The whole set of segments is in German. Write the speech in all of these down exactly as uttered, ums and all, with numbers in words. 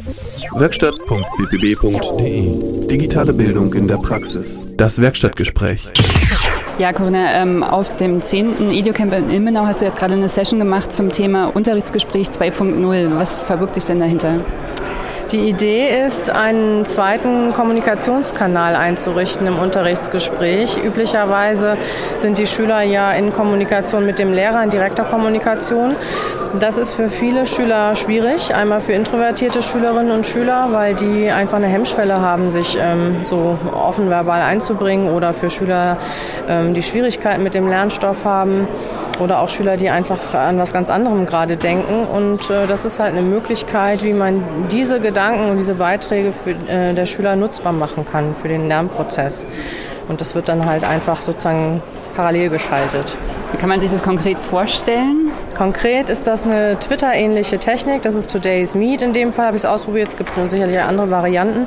Werkstatt punkt b p b punkt d e. Digitale Bildung in der Praxis. Das Werkstattgespräch. Ja, Corinna, ähm, auf dem zehnten EduCamp in Ilmenau hast du jetzt gerade eine Session gemacht zum Thema Unterrichtsgespräch zwei Punkt null. Was verbirgt sich denn dahinter? Die Idee ist, einen zweiten Kommunikationskanal einzurichten im Unterrichtsgespräch. Üblicherweise sind die Schüler ja in Kommunikation mit dem Lehrer, in direkter Kommunikation. Das ist für viele Schüler schwierig, einmal für introvertierte Schülerinnen und Schüler, weil die einfach eine Hemmschwelle haben, sich ähm, so offen verbal einzubringen, oder für Schüler, ähm, die Schwierigkeiten mit dem Lernstoff haben, oder auch Schüler, die einfach an was ganz anderem gerade denken. Und äh, das ist halt eine Möglichkeit, wie man diese Gedanken und diese Beiträge für äh, der Schüler nutzbar machen kann für den Lernprozess. Und das wird dann halt einfach sozusagen parallel geschaltet. Wie kann man sich das konkret vorstellen? Konkret ist das eine Twitter-ähnliche Technik. Das ist Today's Meet. In dem Fall habe ich es ausprobiert. Es gibt sicherlich andere Varianten.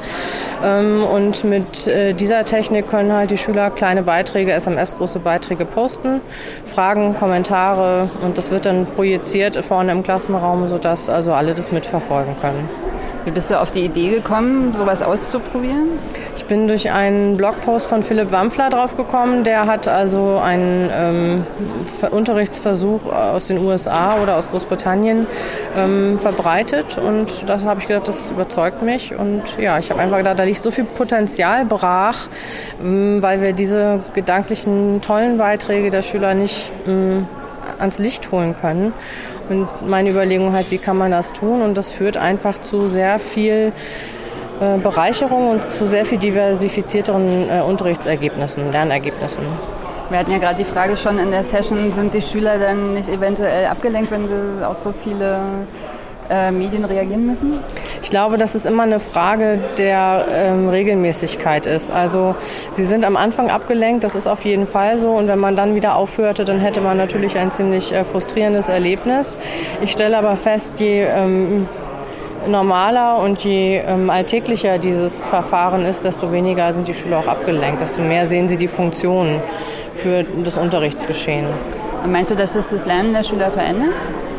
Und mit dieser Technik können halt die Schüler kleine Beiträge, S M S-große Beiträge posten, Fragen, Kommentare, und das wird dann projiziert vorne im Klassenraum, sodass also alle das mitverfolgen können. Wie bist du auf die Idee gekommen, sowas auszuprobieren? Ich bin durch einen Blogpost von Philipp Wampfler drauf gekommen. Der hat also einen ähm, Unterrichtsversuch aus den U S A oder aus Großbritannien ähm, verbreitet. Und da habe ich gedacht, das überzeugt mich. Und ja, ich habe einfach gedacht, da liegt so viel Potenzial brach, ähm, weil wir diese gedanklichen, tollen Beiträge der Schüler nicht ähm, ans Licht holen können. Und meine Überlegung halt, wie kann man das tun? Und das führt einfach zu sehr viel äh, Bereicherung und zu sehr viel diversifizierteren äh, Unterrichtsergebnissen, Lernergebnissen. Wir hatten ja gerade die Frage schon in der Session, sind die Schüler dann nicht eventuell abgelenkt, wenn sie auf so viele äh, Medien reagieren müssen? Ich glaube, dass es immer eine Frage der ähm, Regelmäßigkeit ist. Also sie sind am Anfang abgelenkt, das ist auf jeden Fall so. Und wenn man dann wieder aufhörte, dann hätte man natürlich ein ziemlich äh, frustrierendes Erlebnis. Ich stelle aber fest, je ähm, normaler und je ähm, alltäglicher dieses Verfahren ist, desto weniger sind die Schüler auch abgelenkt, desto mehr sehen sie die Funktionen für das Unterrichtsgeschehen. Und meinst du, dass das das Lernen der Schüler verändert?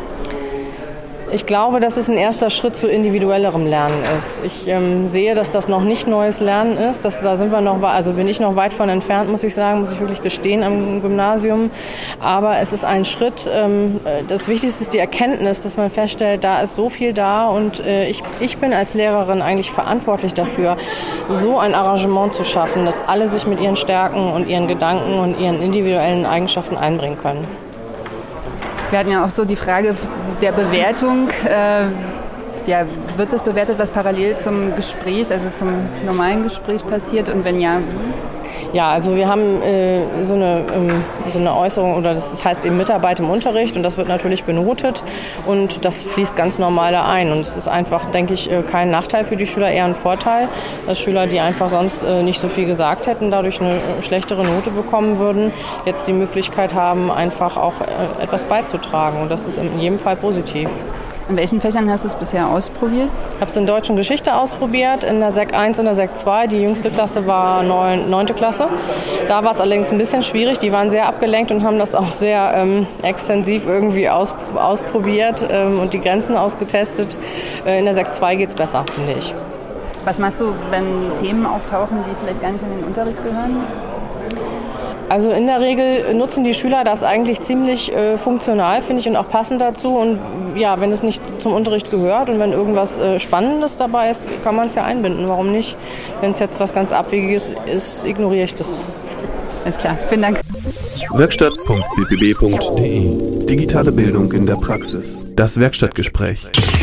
Ich glaube, dass es ein erster Schritt zu individuellerem Lernen ist. Ich ähm, sehe, dass das noch nicht neues Lernen ist. Das, da sind wir noch, also bin ich noch weit von entfernt, muss ich sagen, muss ich wirklich gestehen am Gymnasium. Aber es ist ein Schritt. Ähm, das Wichtigste ist die Erkenntnis, dass man feststellt, da ist so viel da, und äh, ich, ich bin als Lehrerin eigentlich verantwortlich dafür, so ein Arrangement zu schaffen, dass alle sich mit ihren Stärken und ihren Gedanken und ihren individuellen Eigenschaften einbringen können. Wir hatten ja auch so die Frage der Bewertung. Äh, ja, wird das bewertet, was parallel zum Gespräch, also zum normalen Gespräch passiert? Und wenn ja? Ja, also wir haben äh, so, eine, ähm, so eine Äußerung, oder das heißt eben Mitarbeit im Unterricht, und das wird natürlich benotet, und das fließt ganz normal da ein. Und es ist einfach, denke ich, kein Nachteil für die Schüler, eher ein Vorteil, dass Schüler, die einfach sonst äh, nicht so viel gesagt hätten, dadurch eine schlechtere Note bekommen würden, jetzt die Möglichkeit haben, einfach auch äh, etwas beizutragen. Und das ist in jedem Fall positiv. In welchen Fächern hast du es bisher ausprobiert? Ich habe es in Deutsch und Geschichte ausprobiert, in der Sek eins und der Sek zwei. Die jüngste Klasse war neunte Klasse. Da war es allerdings ein bisschen schwierig. Die waren sehr abgelenkt und haben das auch sehr ähm, extensiv irgendwie aus, ausprobiert ähm, und die Grenzen ausgetestet. Äh, in der Sek zwei geht es besser, finde ich. Was machst du, wenn Themen auftauchen, die vielleicht gar nicht in den Unterricht gehören? Also in der Regel nutzen die Schüler das eigentlich ziemlich äh, funktional, finde ich, und auch passend dazu. Und ja, wenn es nicht zum Unterricht gehört und wenn irgendwas äh, Spannendes dabei ist, kann man es ja einbinden. Warum nicht? Wenn es jetzt was ganz Abwegiges ist, ignoriere ich das. Alles klar, vielen Dank. Werkstatt punkt b p b punkt d e. Digitale Bildung in der Praxis. Das Werkstattgespräch.